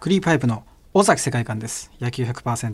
クリーパイプの尾崎世界観です。野球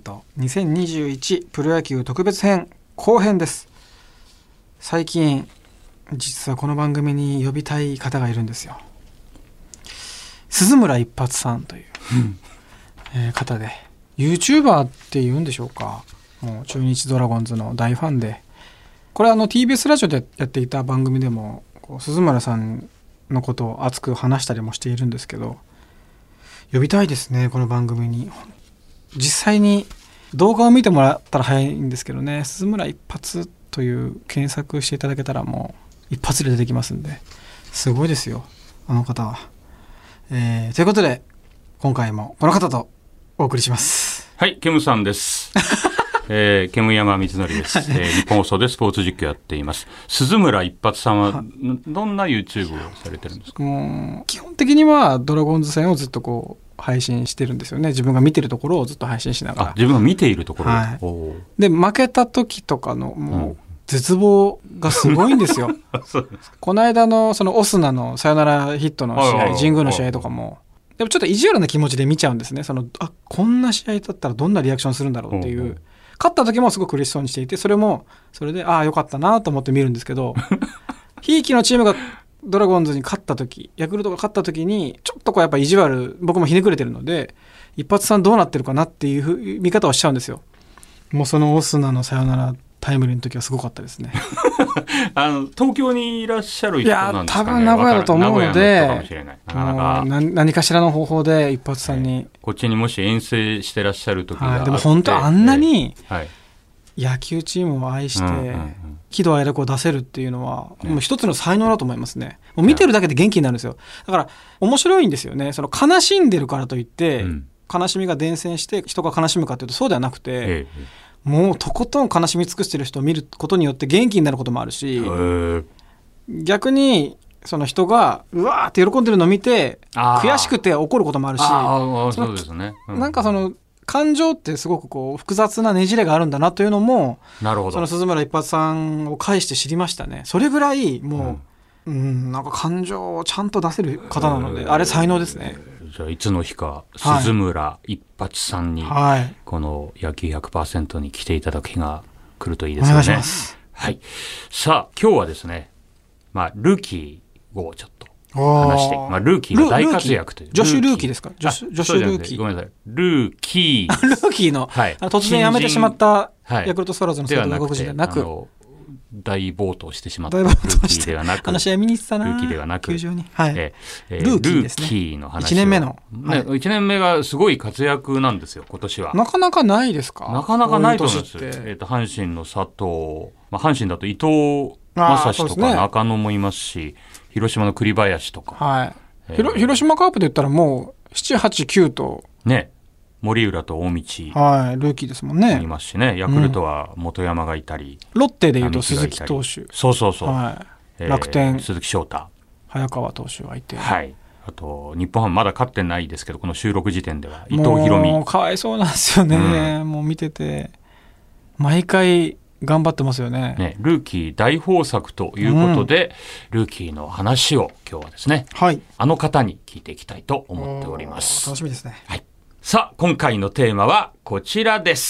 100%2021 プロ野球特別編後編です。最近実はこの番組に呼びたい方がいるんですよ。鈴村一発さんという、方で YouTuber っていうんでしょうか。もう中日ドラゴンズの大ファンで、これTBS ラジオでやっていた番組でも鈴村さんのことを熱く話したりもしているんですけど、呼びたいですねこの番組に。実際に動画を見てもらったら早いんですけどね、鈴村一発という検索していただけたらもう一発で出てきますんで、すごいですよあの方は。ということで今回もこの方とお送りします。 はい、ケムさんですケム山光則です、日本放送でスポーツ実況やっています鈴村一発さんはどんな YouTube をされてるんですか？ もう基本的にはドラゴンズ戦をずっと配信してるんですよね。自分が見てるところをずっと配信しながら。 自分が見ているところ、 で負けた時とかのもう絶望がすごいんですよそうですか。この間のそのオスナのサヨナラヒットの試合、神宮の試合とかもでもちょっと意地悪な気持ちで見ちゃうんですね。こんな試合だったらどんなリアクションするんだろうっていう。勝った時もすごく嬉しそうにしていて、それでよかったなと思って見るんですけどひいきのチームがドラゴンズに勝った時、ヤクルトが勝った時にちょっとやっぱ意地悪、僕もひねくれてるので一発さんどうなってるかなっていう見方をしちゃうんですよ。もうそのオスナのサヨナラタイムリーの時はすごかったですね東京にいらっしゃる人なんですかね。 いや多分名古屋だと思うので、 何かしらの方法で一発さんに、 こっちにもし遠征してらっしゃる時があって、 でも本当あんなに野球チームを愛して喜怒哀楽を出せるっていうのはもう一つの才能だと思いますね。もう見てるだけで元気になるんですよ。だから面白いんですよね。悲しんでるからといって、悲しみが伝染して人が悲しむかというとそうではなくて、もうとことん悲しみ尽くしてる人を見ることによって元気になることもあるし、逆にその人がうわーって喜んでるのを見て悔しくて怒ることもあるし、 そうですね、 なんか感情ってすごく複雑なねじれがあるんだなというのも、 なるほど、 その鈴村一発さんを介して知りましたね。それぐらいもう、なんか感情をちゃんと出せる方なので、あれ才能ですね。 じゃあいつの日か鈴村一発さんに、この野球 100% に来ていただく日が来るといいですよね。 お願いします。 はい。さあ今日はですね、ルーキーをちょっと話して、ルーキーの大活躍という。 女子ルーキーですか？女子ルーキー。 ごめんなさい。ルーキー。 ルーキーの、突然辞めてしまったヤクルトスワローズの外国人ではなく、 大暴投してしまったルーキーではなく、 試合見に行ってたな、 ルーキーではなく、 球場に、 ルーキーの話を、 1年目の、 1年目がすごい活躍なんですよ今年は。 なかなかないですか？ なかなかないと思います。阪神の佐藤、阪神だと伊藤将司とか中野もいますし、広島の栗林とか、 広島カープで言ったらもう7、8、9とね、森浦と大道、 ルーキーですもんね。 いますしね。ヤクルトは本山がいたり、 ロッテでいうと鈴木投手、楽天鈴木翔太、 早川投手がいて、 あと日本ハムまだ勝ってないですけど、この収録時点では伊藤大海、 もうかわいそうなんですよね、もう見てて毎回頑張ってますよ ね。 ルーキー大豊作ということで、ルーキーの話を今日はですね、あの方に聞いていきたいと思っております。 楽しみですね。 さあ今回のテーマはこちらです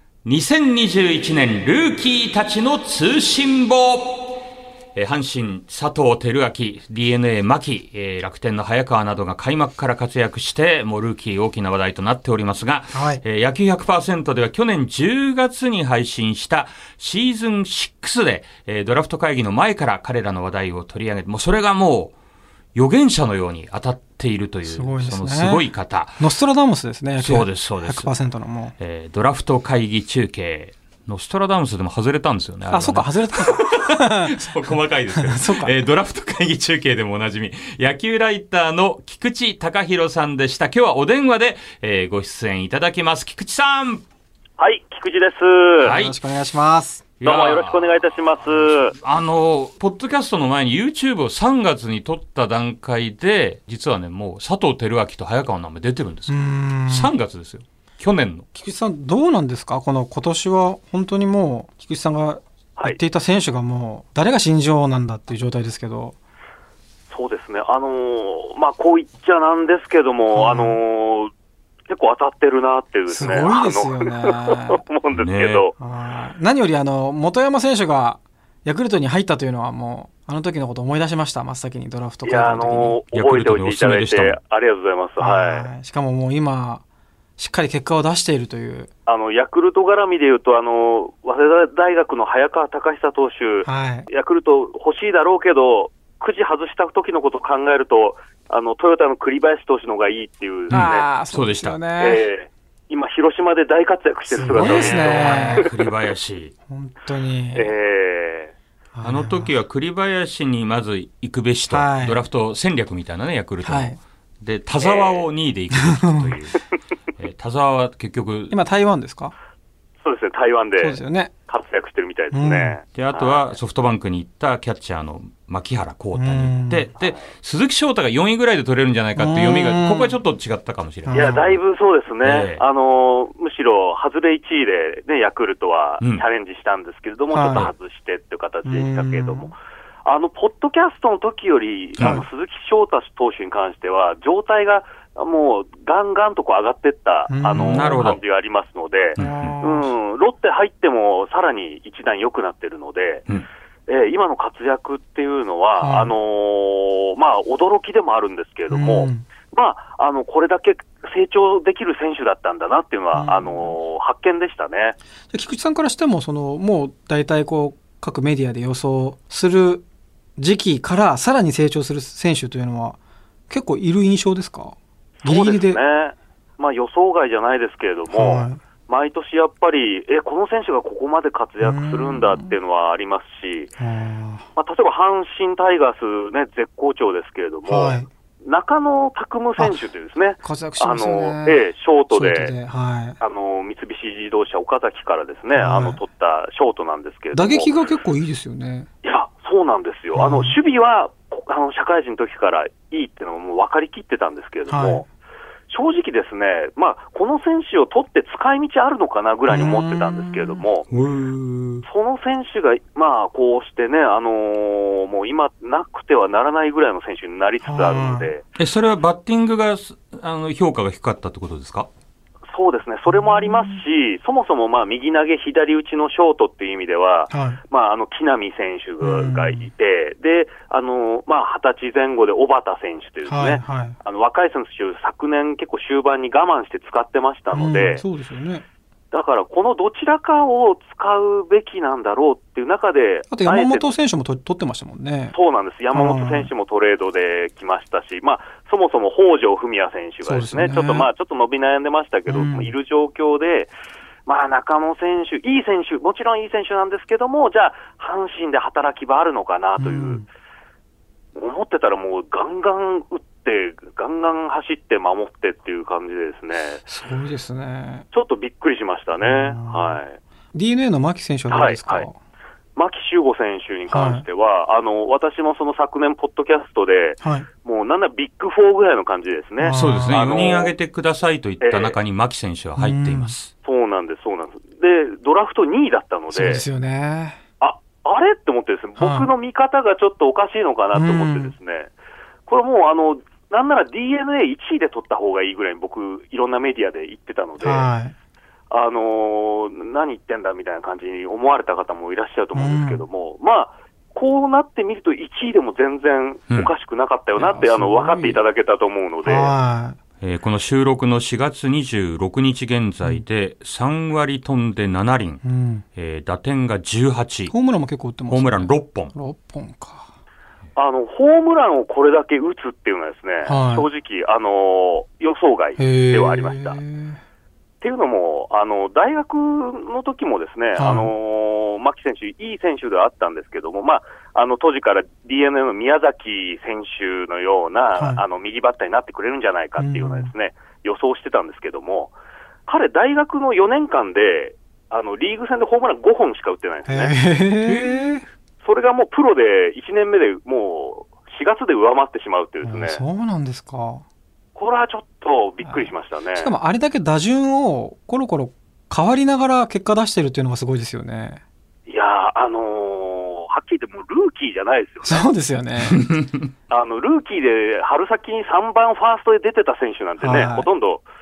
。2021年ルーキーたちの通信簿。阪神佐藤輝明、 DNA 牧、楽天の早川などが開幕から活躍してもうルーキー大きな話題となっておりますが、野球 100% では去年10月に配信したシーズン6で、ドラフト会議の前から彼らの話題を取り上げて、もうそれがもう預言者のように当たっているという、 すごいですね、 そのすごい方、 ノストラダムスですね。野球そうです 100% のもう、 ドラフト会議中継、ノストラダムスでも外れたんですよね。 そうか、外れたのかそう細かいですけどドラフト会議中継でもおなじみ野球ライターの菊池貴弘さんでした。今日はお電話で、ご出演いただきます。菊池さん。 はい、菊池です。 よろしくお願いします。 どうもよろしくお願いいたします。 ポッドキャストの前に YouTube を3月に撮った段階で、実はね、もう佐藤輝明と早川の名前出てるんですよ。3月ですよ、去年の。 菊池さんどうなんですか？今年は本当にもう菊池さんが言っていた選手がもう誰が新人王なんだっていう状態ですけど。 そうですね、こう言っちゃなんですけども、 結構当たってるなっていうですね。 すごいですよね。 思うんですけど。 何より本山選手がヤクルトに入ったというのはもう、あの時のことを思い出しました。真っ先にドラフト会の時に。 覚えておいていただいてありがとうございます。はい。 しかももう今、しっかり結果を出しているという。 ヤクルト絡みでいうと、早稲田大学の早川隆久投手、 はい、 ヤクルト欲しいだろうけど、くじ外した時のことを考えると、トヨタの栗林投手の方がいいっていうですね。 そうでしたね。 今、広島で大活躍してる姿を見ると。 すごいですね。 栗林。 本当に。 あの時は栗林にまず行くべしと、ドラフト戦略みたいなね、ヤクルトの。で、田澤を2位で行くべきという。田澤は結局。 今、台湾ですか？ そうですね、台湾で活躍してるみたいですね。 で、あとはソフトバンクに行ったキャッチャーの牧原浩太に行って、で、鈴木翔太が4位ぐらいで取れるんじゃないかっていう読みが、ここはちょっと違ったかもしれない。 いや、だいぶそうですね。むしろ、外れ1位でね、ヤクルトはチャレンジしたんですけれども、ちょっと外してっていう形でしたけれども、ポッドキャストの時より、鈴木翔太投手に関しては、状態がもうガンガンとこう上がっていった感じがありますので、ロッテ入ってもさらに一段良くなってるので、今の活躍っていうのは、驚きでもあるんですけれども、これだけ成長できる選手だったんだなっていうのは、発見でしたね。 菊池さんからしても、もう大体各メディアで予想する時期からさらに成長する選手というのは結構いる印象ですか？ そうですね。予想外じゃないですけれども、毎年やっぱり、この選手がここまで活躍するんだっていうのはありますし、例えば阪神タイガースね、絶好調ですけれども、中野拓夢選手というですね、 活躍しますね。 ショートで、三菱自動車岡崎からですね、取ったショートなんですけれども。 打撃が結構いいですよね。 いや、そうなんですよ。守備は、社会人の時からいいっていうのも分かりきってたんですけれども、正直ですね、この選手を取って使い道あるのかなぐらいに思ってたんですけれども、その選手が、こうしてね、もう今なくてはならないぐらいの選手になりつつあるので。 それはバッティングが、評価が低かったってことですか？ そうですね、それもありますし、そもそも右投げ左打ちのショートっていう意味では、木浪選手がいて、で、20歳前後で小畑選手というですね、若い選手、昨年結構終盤に我慢して使ってましたので、 そうですよね。 だからこのどちらかを使うべきなんだろうっていう中で、 あと山本選手も取ってましたもんね。 そうなんです。山本選手もトレードで来ましたし、そもそも北條文也選手がですね、ちょっと伸び悩んでましたけど、いる状況で、中野選手、いい選手、もちろんいい選手なんですけども、じゃあ阪神で働き場あるのかなという、思ってたらもうガンガン打って、ガンガン走って守ってっていう感じでですね。 すごいですね。 ちょっとびっくりしましたね。 DNA の牧選手はどうですか？ 牧秀悟選手に関しては、私もその昨年ポッドキャストで、もうなんだビッグ4ぐらいの感じですね。 そうですね。4人挙げてくださいと言った中に牧選手は入っています。 そうなんです。で、ドラフト2位だったので。 そうですよね。 あれって思ってですね、僕の見方がちょっとおかしいのかなと思ってですね、これもうなんなら DNA1 位で取った方がいいぐらいに僕、いろんなメディアで言ってたので、何言ってんだみたいな感じに思われた方もいらっしゃると思うんですけども、こうなってみると1位でも全然おかしくなかったよなって、分かっていただけたと思うので、 この収録の4月26日現在で3割飛んで7厘、打点が18。 ホームランも結構打ってますね。 ホームラン6本。 6本か。 ホームランをこれだけ打つっていうのはですね、正直、予想外ではありました。っていうのも、大学の時もですね、牧選手、いい選手ではあったんですけども、当時から DNA の宮崎選手のような、右バッターになってくれるんじゃないかっていうようなですね、予想してたんですけども、彼、大学の4年間で、リーグ戦でホームラン5本しか打ってないんですね。それがもうプロで1年目でもう4月で上回ってしまうっていうですね。 そうなんですか。 これはちょっとびっくりしましたね。 しかもあれだけ打順をコロコロ変わりながら結果出してるっていうのがすごいですよね。 いやはっきり言ってもうルーキーじゃないですよね。 そうですよね。 ルーキーで春先に3番ファーストで出てた選手なんてね、ほとんど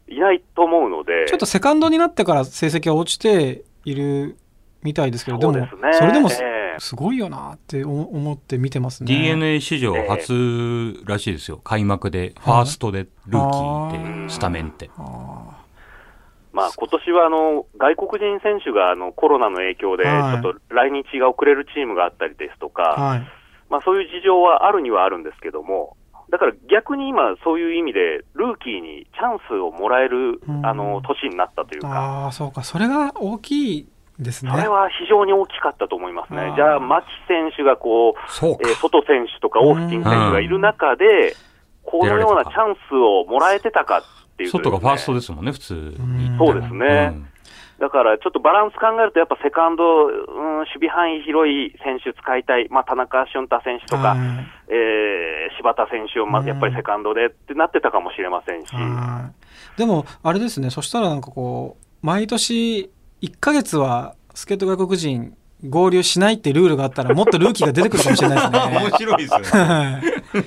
いないと思うので、 ちょっとセカンドになってから成績は落ちているみたいですけど、でもそれでもすごいよなって思って見てますね。 DNA 史上初らしいですよ、開幕でファーストでルーキーでスタメンって。 まあ、今年は外国人選手がコロナの影響でちょっと来日が遅れるチームがあったりですとか、まあ、そういう事情はあるにはあるんですけども、だから逆に今そういう意味でルーキーにチャンスをもらえる年になったというか、 そうか、それが大きいですね。 それは非常に大きかったと思いますね。じゃあ牧選手が外選手とかオースティン選手がいる中で、このようなチャンスをもらえてたかっていう、 外がファーストですもんね、普通に。 そうですね、だからちょっとバランス考えると、やっぱセカンド、守備範囲広い選手使いたい、まあ、田中俊太選手とか、柴田選手をやっぱりセカンドでってなってたかもしれませんし、 でもあれですね、そしたらなんか毎年1ヶ月は助っ人外国人合流しないってルールがあったら、もっとルーキーが出てくるかもしれないですね。 面白いですよね。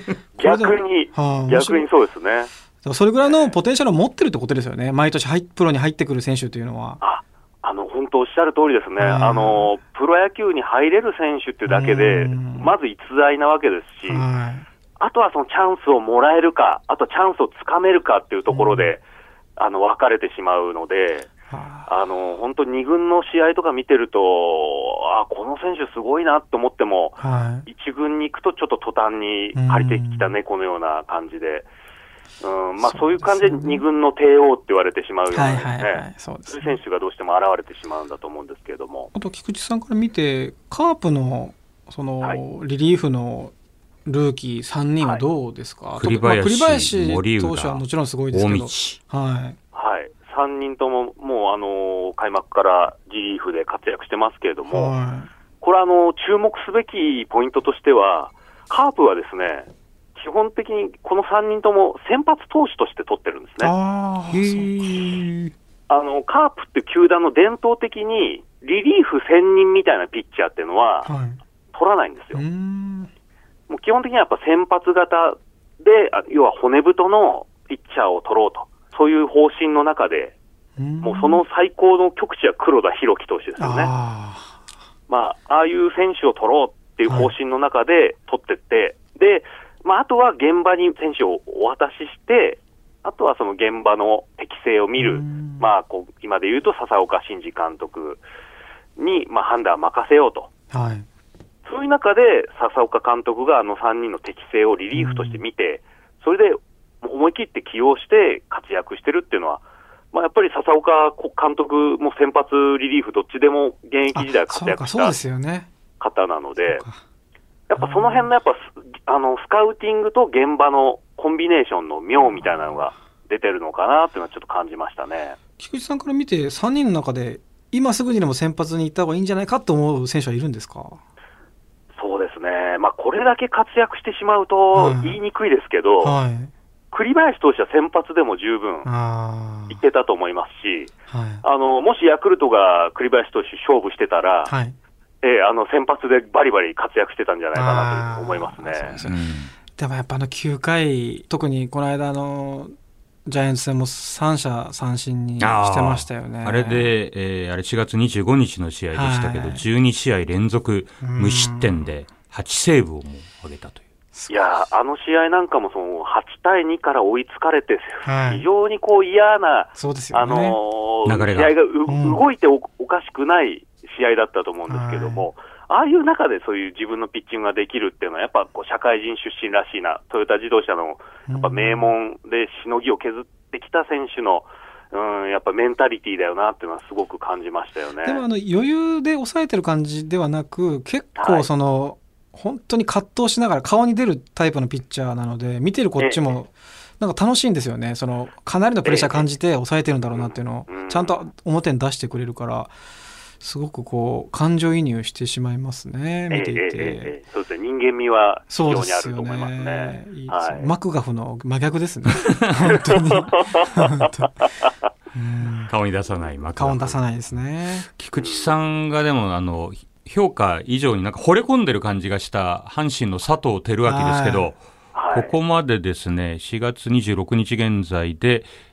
逆にそうですね。 それぐらいのポテンシャルを持ってるってことですよね、毎年プロに入ってくる選手というのは。 本当おっしゃる通りですね。プロ野球に入れる選手っていうだけで、まず逸材なわけですし、あとはそのチャンスをもらえるか、あとチャンスをつかめるかっていうところで、分かれてしまうので、本当に2軍の試合とか見てると、この選手すごいなと思っても、1軍に行くとちょっと途端に借りてきた猫のような感じで、まあ、そういう感じで2軍の帝王って言われてしまうような、そういう選手がどうしても現れてしまうんだと思うんですけれども。 あと菊池さんから見て、カープのリリーフのルーキー3人はどうですか？ 栗林投手はもちろんすごいですけど、 3人とももう開幕からリリーフで活躍してますけれども、これ注目すべきポイントとしては、カープはですね、基本的にこの3人とも先発投手として取ってるんですね。カープって球団の伝統的にリリーフ専任みたいなピッチャーっていうのは取らないんですよ。もう基本的にはやっぱ先発型で、要は骨太のピッチャーを取ろうと、そういう方針の中で、もうその最高の極致は黒田博樹投手ですよね。まあ、ああいう選手を取ろうっていう方針の中で取ってって、で、まあ、あとは現場に選手をお渡しして、あとはその現場の適性を見る、まあ、今で言うと笹岡慎二監督に、まあ、判断を任せようと。そういう中で笹岡監督が3人の適性をリリーフとして見て、それで思い切って起用して活躍してるっていうのは、まあ、やっぱり笹岡監督も先発リリーフどっちでも現役時代活躍した方なので、やっぱその辺のやっぱスカウティングと現場のコンビネーションの妙みたいなのが出てるのかなっていうのはちょっと感じましたね。 菊池さんから見て3人の中で今すぐにでも先発に行った方がいいんじゃないかと思う選手はいるんですか？ そうですね、まあ、これだけ活躍してしまうと言いにくいですけど、栗林投手は先発でも十分いってたと思いますし、もしヤクルトが栗林投手勝負してたら、先発でバリバリ活躍してたんじゃないかなと思いますね。 でもやっぱ9回、特にこの間ジャイアンツ戦も3者三振にしてましたよね。 あれで、あれ4月25日の試合でしたけど、12試合連続無失点で8セーブをもう挙げたという。 いや、試合なんかもその8対2から追いつかれて、非常に嫌な、 そうですよね、 試合が動いて おかしくない試合だったと思うんですけども、ああいう中でそういう自分のピッチングができるっていうのは、やっぱ社会人出身らしいな、トヨタ自動車のやっぱ名門でしのぎを削ってきた選手の、やっぱメンタリティーだよなっていうのはすごく感じましたよね。 でも余裕で抑えてる感じではなく、結構本当に葛藤しながら顔に出るタイプのピッチャーなので、見てるこっちもなんか楽しいんですよね。かなりのプレッシャー感じて抑えてるんだろうなっていうのをちゃんと表に出してくれるから、すごく感情移入してしままいすね、見ていて。 そうですね、人間味は非常にあると思いますね。 いいですね、マクガフの真逆ですね本当に顔に出さないマクガフ、 顔に出さないですね。 菊池さんがでも評価以上になんか惚れ込んでる感じがした阪神の佐藤輝明ですけど、ここまでですね、4月26日現在で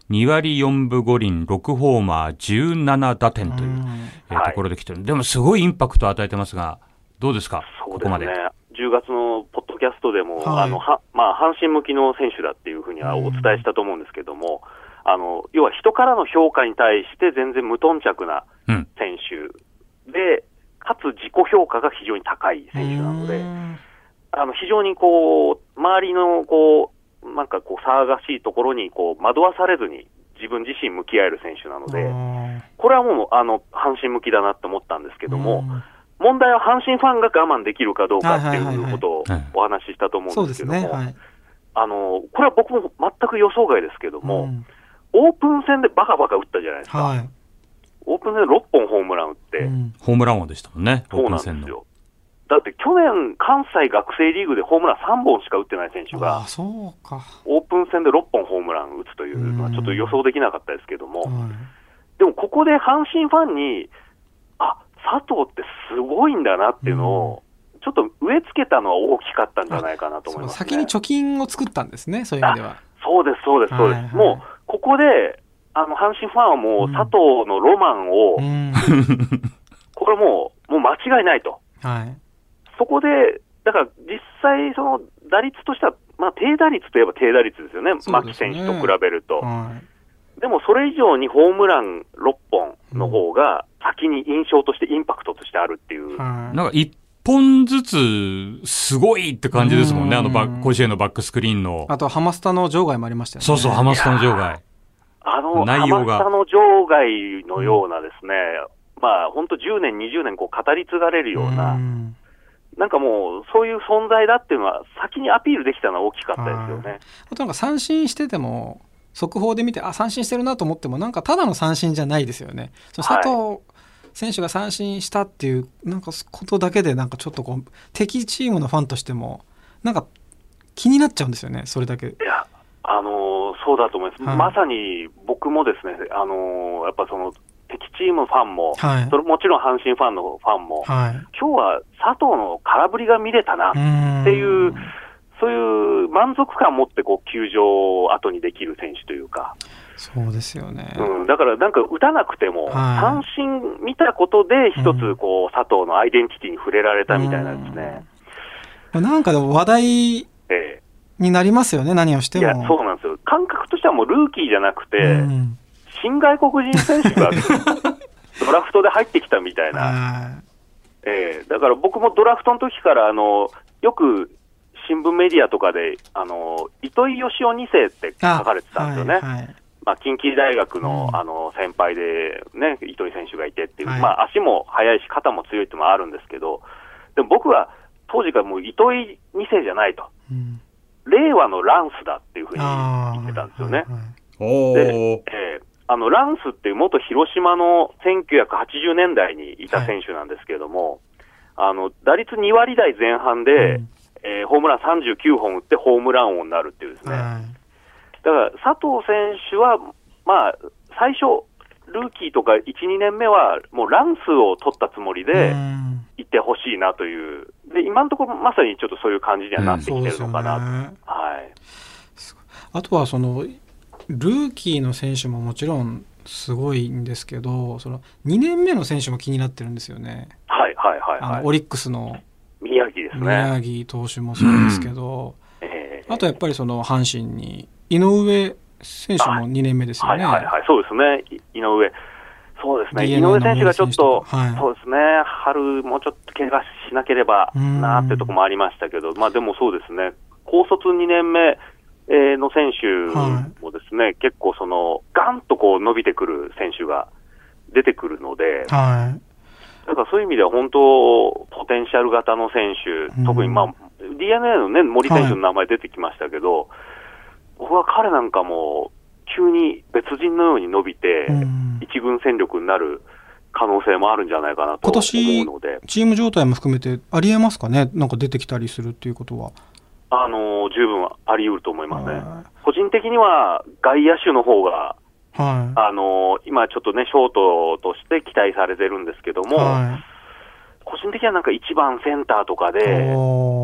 2割4分5厘、6ホーマー、17打点という、ところで来てる。でもすごいインパクトを与えてますが、どうですか、 そうですね、 ここまで。 10月のポッドキャストでも、阪神向きの選手だっていうふうにはお伝えしたと思うんですけども、要は人からの評価に対して全然無頓着な選手で、かつ自己評価が非常に高い選手なので、非常にこう周りのこうなんかこう騒がしいところにこう惑わされずに自分自身向き合える選手なので、これはもう阪神向きだなって思ったんですけども、問題は阪神ファンが我慢できるかどうかっていうことをお話ししたと思うんですけども、これは僕も全く予想外ですけども、オープン戦でバカバカ打ったじゃないですか。オープン戦で6本ホームラン打って、 ホームラン王でしたもんね。 そうなんですよ。だって去年、関西学生リーグでホームラン3本しか打ってない選手が、オープン戦で6本ホームラン打つというのはちょっと予想できなかったですけども、でもここで阪神ファンに、佐藤ってすごいんだなっていうのを、ちょっと植え付けたのは大きかったんじゃないかなと思いますね。 先に貯金を作ったんですね、そういう意味では。 そうです、そうです、そうです。もうここで阪神ファンはもう佐藤のロマンを、これもう間違いないと。そこで、だから実際、その打率としては、低打率といえば低打率ですよね、牧選手と比べると。でもそれ以上にホームラン6本の方が先に印象としてインパクトとしてあるっていう。 なんか1本ずつすごいって感じですもんね、甲子園のバックスクリーンの。 あとハマスタの場外もありましたよね。 そうそう、ハマスタの場外。 内容がハマスタの場外のようなですね、本当10年、20年こう語り継がれるような、なんかもうそういう存在だっていうのは先にアピールできたのは大きかったですよね。 あとなんか三振してても速報で見て三振してるなと思ってもなんかただの三振じゃないですよね。佐藤選手が三振したっていうなんかことだけでなんかちょっとこう敵チームのファンとしてもなんか気になっちゃうんですよね、それだけ。 いやそうだと思います。まさに僕もですね、やっぱその敵チームファンも、それもちろん阪神ファンのファンも、今日は佐藤の空振りが見れたなっていう、そういう満足感を持ってこう球場を後にできる選手というか。 そうですよね。 だからなんか打たなくても、三振見たことで一つこう佐藤のアイデンティティに触れられたみたいなんですね。 なんかでも話題になりますよね、何をしても。 いや、そうなんですよ。感覚としてはもうルーキーじゃなくて、新外国人選手がドラフトで入ってきたみたいな。だから僕もドラフトの時からよく新聞メディアとかで糸井嘉男2世って書かれてたんですよね。近畿大学の、先輩で、ね、糸井選手がいてっていう、足も速いし肩も強いっていうのもあるんですけど、でも僕は当時からもう糸井2世じゃないと、令和のランスだっていうふうに言ってたんですよね。でランスっていう元広島の1980年代にいた選手なんですけれども、打率2割台前半で、ホームラン39本打ってホームラン王になるっていうですね。だから佐藤選手は、最初、ルーキーとか1、2年目はもうランスを取ったつもりでいってほしいなという。で、今のところまさにちょっとそういう感じにはなってきてるのかな。 あとはその、ルーキーの選手ももちろんすごいんですけど、その2年目の選手も気になってるんですよね。オリックスの宮城ですね。 宮城投手もそうですけど、あとやっぱりその阪神に井上選手も2年目ですよね。 そうですね。井上。そうですね。井上選手がちょっと、そうですね。春もうちょっと怪我しなければなっていうところもありましたけど、でもそうですね。高卒2年目の選手もですね、結構そのガンとこう伸びてくる選手が出てくるので、だからそういう意味では本当ポテンシャル型の選手、特にDNA のね森選手の名前出てきましたけど、僕は彼なんかも急に別人のように伸びて一軍戦力になる可能性もあるんじゃないかなと思うので、 今年チーム状態も含めてありえますかね、なんか出てきたりするっていうことは。 十分あり得ると思いますね。個人的には外野手の方が、今ちょっとねショートとして期待されてるんですけども、個人的にはなんか1番センターとかで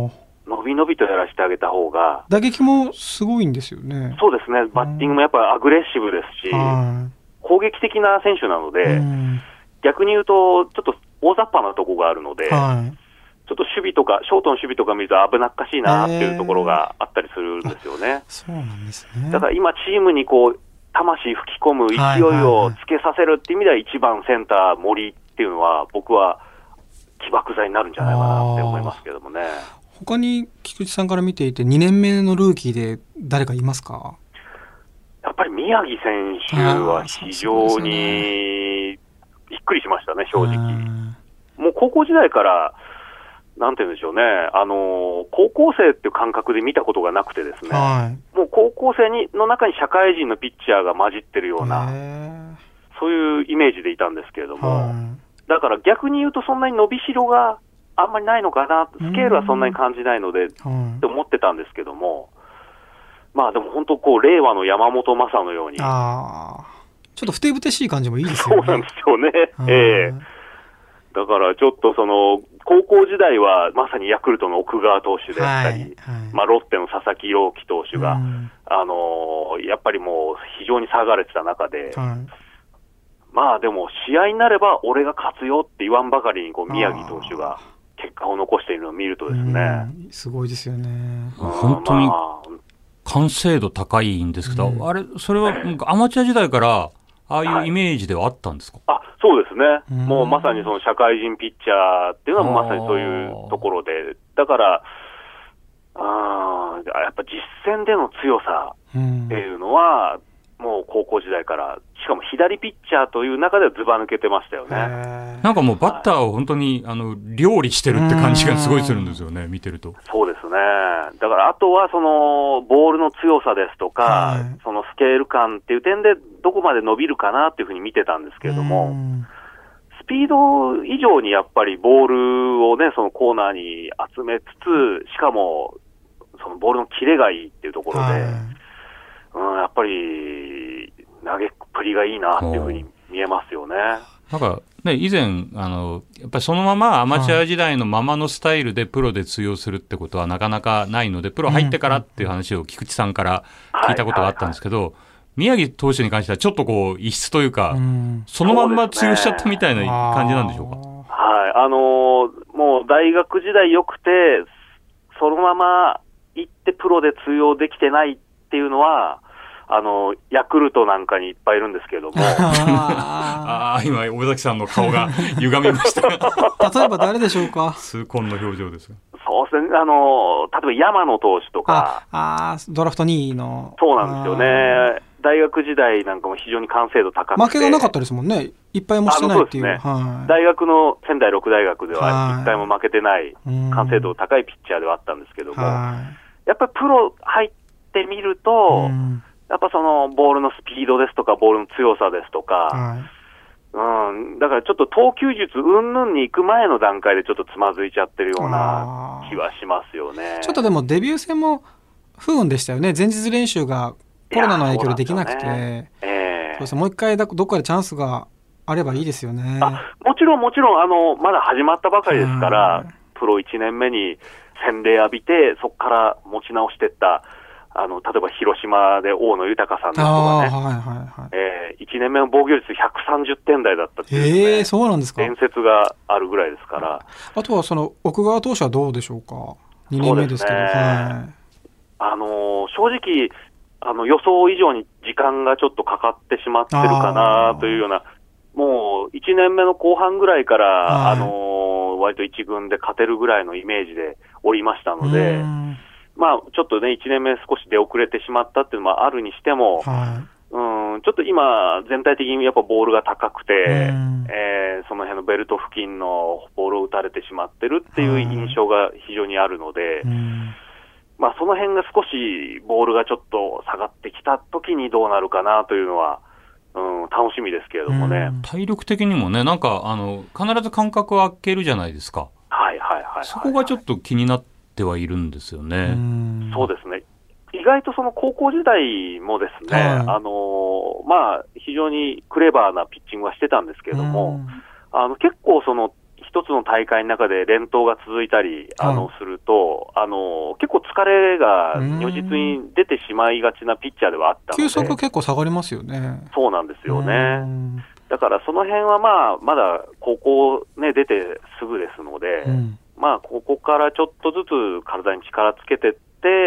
のびのびとやらせてあげた方が。 打撃もすごいんですよね。 そうですね、バッティングもやっぱりアグレッシブですし、攻撃的な選手なので、逆に言うと、ちょっと大雑把なところがあるので、ちょっと守備とか、ショートの守備とか見ると危なっかしいなっていうところがあったりするんですよね。 そうなんですね。 だから今、チームにこう魂吹き込む勢いをつけさせるっていう意味では、1番センター、森っていうのは、僕は起爆剤になるんじゃないかなって思いますけどもね。 他に菊池さんから見ていて、2年目のルーキーで誰かいますか？ やっぱり宮城選手は非常にびっくりしましたね、正直。もう高校時代から、なんて言うんでしょうね、高校生っていう感覚で見たことがなくてですね、もう高校生の中に社会人のピッチャーが混じってるような、そういうイメージでいたんですけれども、だから逆に言うと、そんなに伸びしろがあんまりないのかな、スケールはそんなに感じないので、って思ってたんですけども、まあでも本当、令和の山本昌のように。 ちょっとふてぶてしい感じもいいですよね。 そうなんですよね。だからちょっと高校時代はまさにヤクルトの奥川投手であったり、ロッテの佐々木朗希投手が、やっぱりもう非常に騒がれてた中で、まあでも試合になれば俺が勝つよって言わんばかりに宮城投手が結果を残しているのを見るとですね、 すごいですよね。 本当に完成度高いんですけど、それはアマチュア時代からああいうイメージではあったんですか？ そうですね。もうまさにその社会人ピッチャーっていうのはまさにそういうところで、だから、やっぱ実戦での強さっていうのは、もう高校時代から、しかも左ピッチャーという中ではずば抜けてましたよね。 なんかもうバッターを本当に料理してるって感じがすごいするんですよね、見てると。 そうですね。だからあとはボールの強さですとか、そのスケール感っていう点でどこまで伸びるかなっていうふうに見てたんですけれども、スピード以上にやっぱりボールをね、そのコーナーに集めつつ、しかもそのボールのキレがいいっていうところで、やっぱり投げっぷりがいいなっていうふうに見えますよね。 なんかね、以前やっぱりそのままアマチュア時代のままのスタイルでプロで通用するってことはなかなかないので、プロ入ってからっていう話を菊池さんから聞いたことがあったんですけど、宮城投手に関してはちょっと異質というか、そのまんま通用しちゃったみたいな感じなんでしょうか？ もう大学時代良くて、そのまま行ってプロで通用できてないっていうのは、ヤクルトなんかにいっぱいいるんですけれども。 今、尾崎さんの顔が歪みました。 例えば誰でしょうか？ 痛恨の表情ですが。 そうですね。例えば山野投手とか。 ドラフト2位の。 そうなんですよね。大学時代なんかも非常に完成度高くて。 負けがなかったですもんね。いっぱいもしてないっていう。 大学の仙台六大学では一回も負けてない、完成度高いピッチャーではあったんですけども、やっぱりプロ入ってみると、やっぱそのボールのスピードですとか、ボールの強さですとか、だからちょっと投球術云々に行く前の段階でちょっとつまずいちゃってるような気はしますよね。 ちょっとでもデビュー戦も不運でしたよね。前日練習がコロナの影響でできなくて、もう一回どっかでチャンスがあればいいですよね。 もちろんまだ始まったばかりですから、プロ1年目に洗礼浴びて、そこから持ち直していった、例えば広島で大野豊さんですとかね、1年目の防御率130点台だったっていう、 そうなんですか。 伝説があるぐらいですから。 あとはその奥川投手はどうでしょうか。2年目ですけど。 正直予想以上に時間がちょっとかかってしまってるかなというような、もう1年目の後半ぐらいから、割と1軍で勝てるぐらいのイメージでおりましたので、ちょっとね、1年目少し出遅れてしまったっていうのもあるにしても、ちょっと今、全体的にやっぱボールが高くて、その辺のベルト付近のボールを打たれてしまってるっていう印象が非常にあるので、その辺が少しボールがちょっと下がってきた時にどうなるかなというのは、楽しみですけれどもね。 体力的にもね、なんか必ず間隔を空けるじゃないですか。そこがちょっと気になってはいるんですよね。 そうですね。意外とその高校時代もですね、非常にクレバーなピッチングはしてたんですけれども、結構その一一つの大会の中で連投が続いたりすると、結構疲れが如実に出てしまいがちなピッチャーではあったので、 球速結構下がりますよね。 そうなんですよね。だからその辺はまだ高校、ね、出てすぐですので、ここからちょっとずつ体に力つけていって、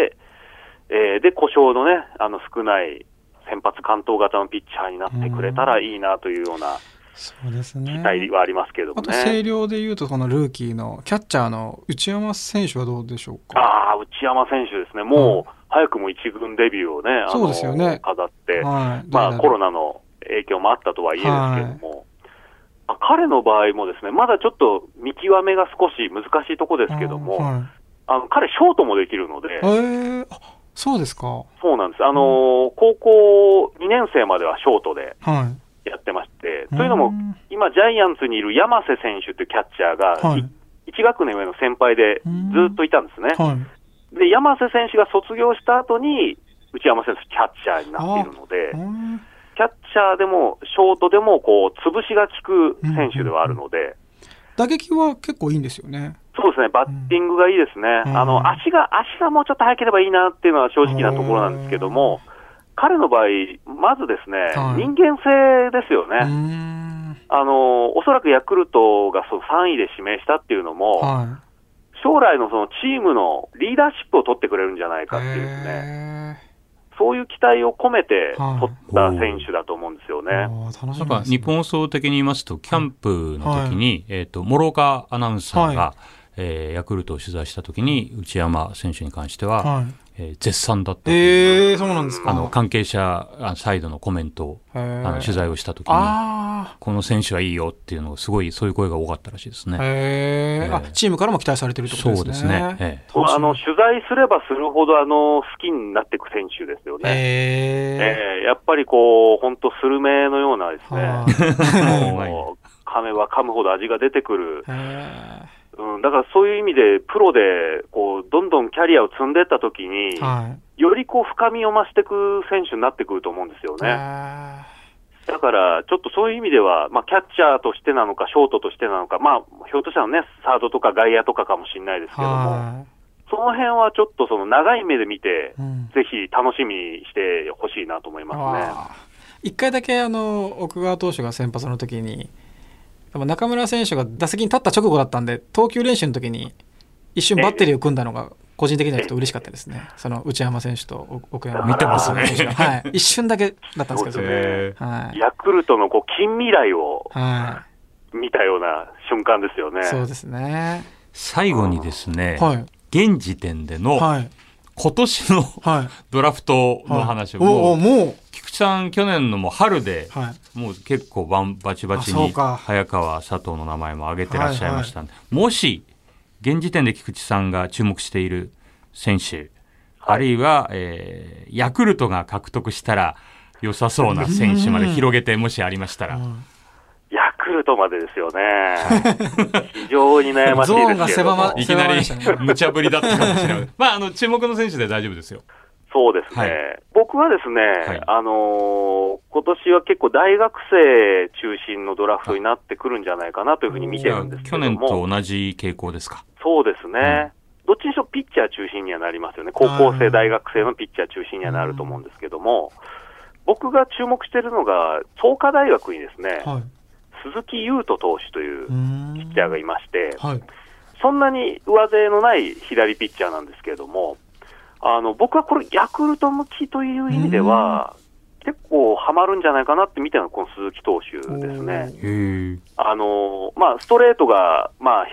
で故障のね、少ない先発完投型のピッチャーになってくれたらいいなというようなそうですね、 期待はありますけれどもね。 あと星稜でいうと、このルーキーのキャッチャーの内山選手はどうでしょうか。 内山選手ですね、もう早くも一軍デビューをね、 そうですよね、 飾って、コロナの影響もあったとはいえですけども、彼の場合もですね、まだちょっと見極めが少し難しいところですけども、彼、ショートもできるので、 そうですか。 そうなんです。高校2年生まではショートでやってまして、というのも、今、ジャイアンツにいる山瀬選手というキャッチャーが、1学年上の先輩でずっといたんですね。で、山瀬選手が卒業した後に、内山選手、キャッチャーになっているので、キャッチャーでもショートでも潰しが効く選手ではあるので、 打撃は結構いいんですよね。 そうですね、バッティングがいいですね。足がもうちょっと速ければいいなっていうのは正直なところなんですけども、彼の場合、まずですね、人間性ですよね。おそらくヤクルトが3位で指名したっていうのも、将来のそのチームのリーダーシップを取ってくれるんじゃないかっていうですね、そういう期待を込めて取った選手だと思うんですよね。 なんか日本放送的に言いますと、キャンプの時に、諸岡アナウンサーが、ヤクルトを取材した時に内山選手に関しては、絶賛だったという、 そうなんですか。 関係者サイドのコメントを取材をした時に、この選手はいいよっていうのがすごい、そういう声が多かったらしいですね。 チームからも期待されてるってことですね。 そうですね。 取材すればするほど好きになっていく選手ですよね。やっぱり本当スルメのようなですね、噛めば噛むほど味が出てくる。だからそういう意味でプロでどんどんキャリアを積んでいったときに、より深みを増していく選手になってくると思うんですよね。だからちょっとそういう意味では、キャッチャーとしてなのかショートとしてなのか、ひょっとしたらね、サードとか外野とかかもしれないですけども、その辺はちょっと長い目で見て、ぜひ楽しみにしてほしいなと思いますね。 一回だけ奥川投手が先発の時に、中村選手が打席に立った直後だったんで、投球練習の時に一瞬バッテリーを組んだのが個人的にはちょっと嬉しかったですね。その内山選手と奥山見てますね。 一瞬だけだったんですけど、 ヤクルトの近未来を見たような瞬間ですよね。 そうですね。 最後にですね、現時点での今年のドラフトの話を、もう菊池さん去年のも春で、もう結構バチバチに早川佐藤の名前も挙げてらっしゃいましたんで、もし現時点で菊池さんが注目している選手、あるいは、ヤクルトが獲得したら良さそうな選手まで広げて、もしありましたら。 ヤクルトまでですよね。非常に悩ましいですけども、 いきなり無茶ぶりだったかもしれない。注目の選手で大丈夫ですよ。 そうですね。僕はですね、今年は結構大学生中心のドラフトになってくるんじゃないかなというふうに見てるんですけども。 去年と同じ傾向ですか。 そうですね。どっちにしろピッチャー中心にはなりますよね。高校生、大学生のピッチャー中心にはなると思うんですけども、僕が注目しているのが、創価大学にですね、鈴木優斗投手というピッチャーがいまして、そんなに上背のない左ピッチャーなんですけれども、僕はこれヤクルト向きという意味では結構ハマるんじゃないかなって見てるのがこの鈴木投手ですね。ストレートが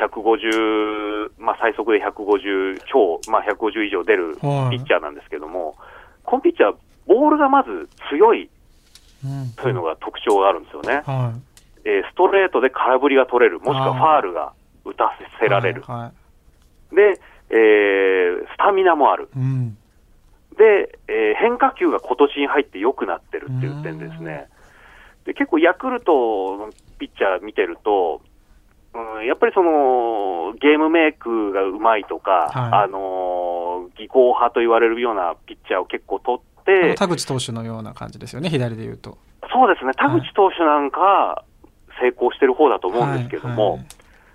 150、最速で150超、150以上出るピッチャーなんですけども、このピッチャーボールがまず強いというのが特徴があるんですよね。ストレートで空振りが取れる、もしくはファールが打たせられる。で、スタミナもある。で、変化球が今年に入って良くなってるっていう点ですね。で、結構ヤクルトのピッチャー見てると、やっぱりそのゲームメイクがうまいとか、技巧派と言われるようなピッチャーを結構取って、 田口投手のような感じですよね、左で言うと。 そうですね、田口投手なんか成功してる方だと思うんですけども、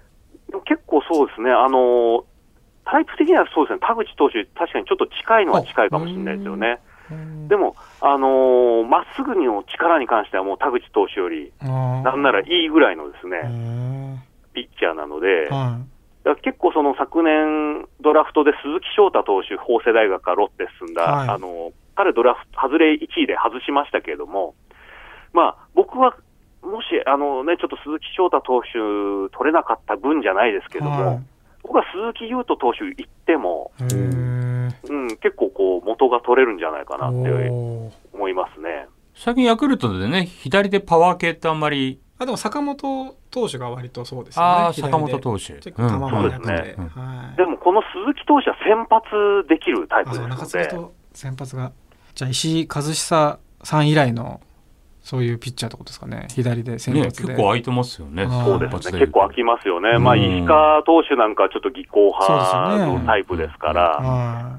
でも結構そうですね、タイプ的にはそうですね、田口投手、確かにちょっと近いのは近いかもしれないですよね。でも、まっすぐの力に関してはもう田口投手より、なんならいいぐらいのですね、ピッチャーなので、だから結構その昨年ドラフトで鈴木翔太投手、法政大学からロッテ進んだ、彼ドラフト、外れ1位で外しましたけれども、まあ僕はもし、ちょっと鈴木翔太投手取れなかった分じゃないですけども、僕は鈴木優斗投手行っても、結構こう元が取れるんじゃないかなって思いますね。 最近ヤクルトでね、左でパワー系ってあんまり。 でも坂本投手が割とそうですよね。 坂本投手。 結構球も良くて。 でもこの鈴木投手は先発できるタイプですので。 中継ぎと先発が。じゃあ石井一久さん以来のそういうピッチャーってことですかね。左で先発で。 結構空いてますよね。 そうですね。結構空きますよね。まあ石川投手なんかちょっと技巧派のタイプですから。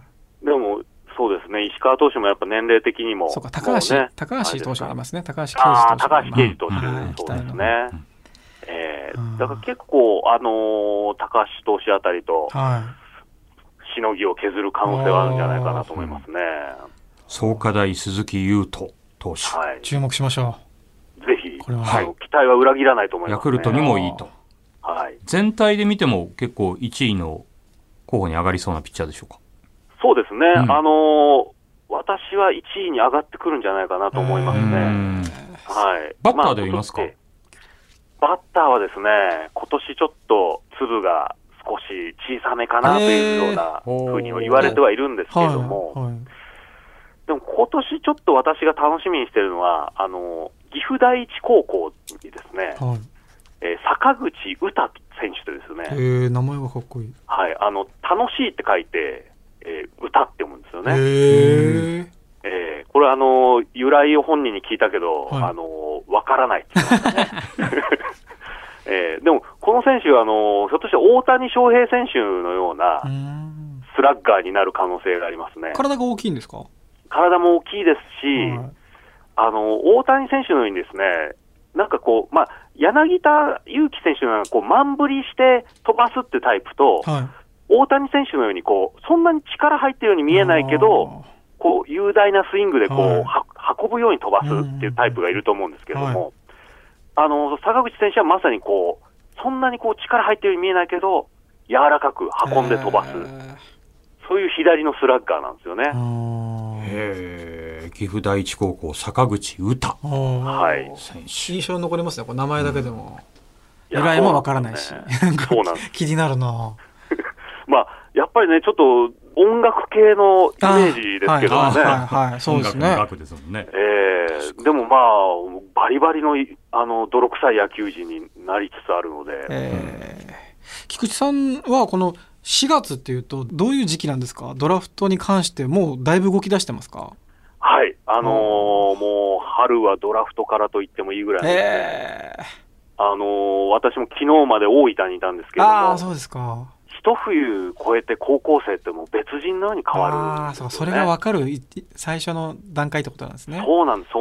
でもそうですね。石川投手もやっぱ年齢的にも。 そうか、高橋投手がいますね。高橋奎二投手。そうですね。だから結構高橋投手あたりとしのぎを削る可能性はあるんじゃないかなと思いますね。 創価大鈴木優斗投手、 注目しましょう。ぜひ、期待は裏切らないと思いますね。 ヤクルトにもいいと。全体で見ても結構1位の候補に上がりそうなピッチャーでしょうか。 そうですね。私は1位に上がってくるんじゃないかなと思いますね。 バッターでいますか。 バッターはですね、今年ちょっと粒が少し小さめかなというようなふうには言われてはいるんですけれども、でも今年ちょっと私が楽しみにしているのは、岐阜第一高校にですね、坂口詩選手とですね、 名前がかっこいい。 楽しいって書いて、歌って読むんですよね。これ由来を本人に聞いたけど、わからないって言ってましたね。でも、この選手は、ひょっとして大谷翔平選手のようなスラッガーになる可能性がありますね。 体が大きいんですか？ 体も大きいですし、大谷選手のようにですね、なんかこう、柳田悠岐選手のような、こう、満振りして飛ばすってタイプと、大谷選手のように、こう、そんなに力入ってるように見えないけど、こう、雄大なスイングで、こう、運ぶように飛ばすっていうタイプがいると思うんですけども、坂口選手はまさにこう、そんなにこう、力入ってるように見えないけど、柔らかく運んで飛ばす。そういう左のスラッガーなんですよね。 岐阜第一高校坂口詩選手、 印象に残りますね。これ名前だけでも、由来もわからないし、 そうなんです。 気になるな。 やっぱりね、ちょっと音楽系のイメージですけどね。 そうですね。 音楽ですもんね。 でもバリバリの泥臭い野球人になりつつあるので。 菊池さんはこの4月っていうとどういう時期なんですか？ドラフトに関してもうだいぶ動き出してますか？ はい、もう春はドラフトからと言ってもいいぐらいですね。私も昨日まで大分にいたんですけれども、 そうですか。 一冬越えて高校生ってもう別人のように変わるんですよね。 それが分かる最初の段階ってことなんですね。 そうなんです。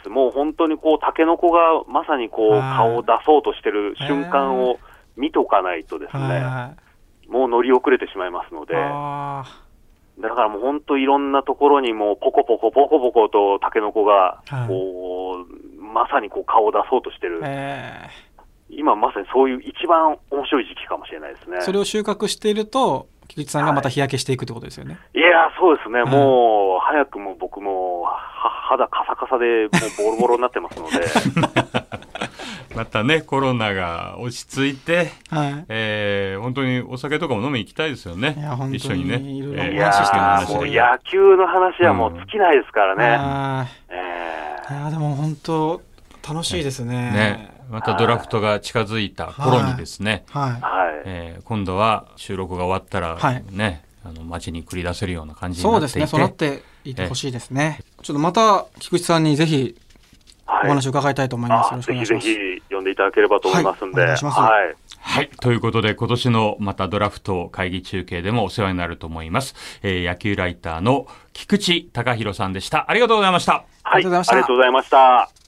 もう本当にこうタケノコがまさにこう顔を出そうとしてる瞬間を見とかないとですね、もう乗り遅れてしまいますので、だからもう本当いろんなところにもうポコポコとタケノコがこう、まさにこう顔を出そうとしてる。今まさにそういう一番面白い時期かもしれないですね。 それを収穫していると菊池さんがまた日焼けしていくってことですよね。 いやそうですね、もう早くも僕も肌カサカサでもうボロボロになってますのでまたねコロナが落ち着いて、本当にお酒とかも飲みに行きたいですよね。一緒にね。 もう野球の話はもう尽きないですからね。 でも本当楽しいですね。 またドラフトが近づいた頃にですね、今度は収録が終わったらね、街に繰り出せるような感じになっていて、 そうですね、そうなっていてほしいですね。ちょっとまた菊池さんにぜひお話を伺いたいと思います。よろしくお願いします。 ぜひ呼んでいただければと思いますんで。 お願いします。 ということで今年のまたドラフト会議中継でもお世話になると思います。野球ライターの菊池貴弘さんでした。ありがとうございました。 ありがとうございました。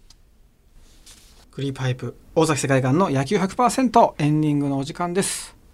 クリーパイプ大崎世界観の野球 100% エンディングのお時間です。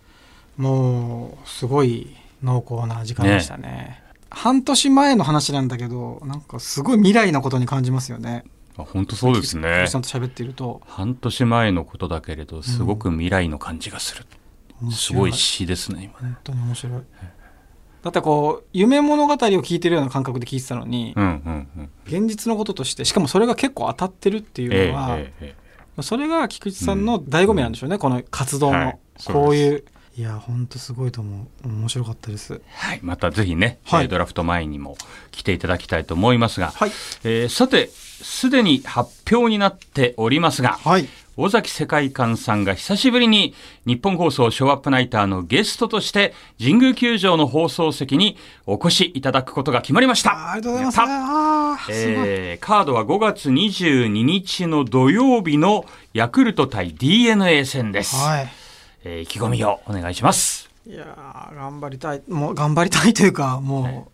もうすごい濃厚な時間でしたね。半年前の話なんだけど、なんかすごい未来のことに感じますよね。 本当そうですね。 菊池さんと喋っていると半年前のことだけれどすごく未来の感じがする、すごい詩ですね今ね。 本当に面白い。だってこう夢物語を聞いてるような感覚で聞いてたのに、現実のこととして、しかもそれが結構当たってるっていうのは、それが菊池さんの醍醐味なんでしょうね、この活動の、こういう。いや本当すごいと思う。面白かったです。 はい、またぜひね、ドラフト前にも来ていただきたいと思いますが、さてすでに発表になっておりますが、尾崎世界観さんが久しぶりに日本放送ショーアップナイターのゲストとして神宮球場の放送席にお越しいただくことが決まりました。 ありがとうございます。 カードは5月22日の土曜日のヤクルト対 DNA 戦です。意気込みをお願いします。 いや頑張りたい、もう頑張りたいというか、も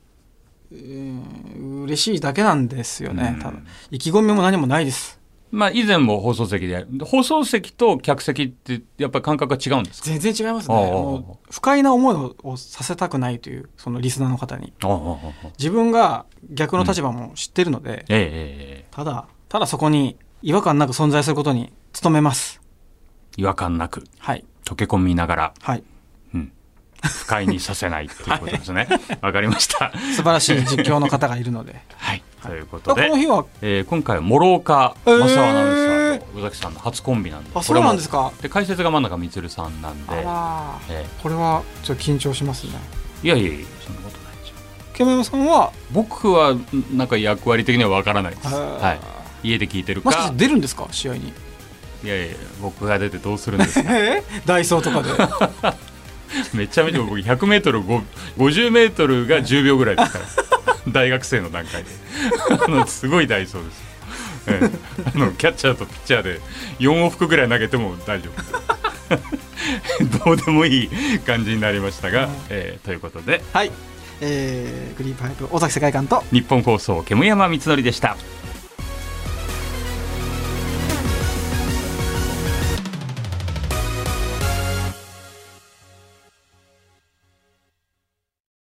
う、嬉しいだけなんですよね。ただ意気込みも何もないです。 以前も放送席で、放送席と客席ってやっぱり感覚が違うんですか？ 全然違いますね。もう不快な思いをさせたくないという、そのリスナーの方に。自分が逆の立場も知ってるので、ただそこに違和感なく存在することに努めます。 違和感なく、 溶け込みながら、不快にさせないということですね。わかりました。 素晴らしい実況の方がいるので。 ということで、 この日は、 今回は諸岡正アナウンサーと尾崎さんの初コンビなんで。 そうなんですか。 で解説が真中満さんなんで、 これはちょっと緊張しますね。 いやそんなことないですよ。 煙山さんは？ 僕はなんか役割的にはわからないです。家で聞いてるか。 もしかして出るんですか、試合に？ いや僕が出てどうするんですか。 ダイソーとかで。 めちゃめちゃ僕100メートル50メートルが10秒ぐらいですから。大学生の段階ですごいダイソーです。キャッチャーとピッチャーで4往復ぐらい投げても大丈夫。どうでもいい感じになりましたが、ということで、 グリーンパイプ尾崎世界観と日本放送煙山光則でした。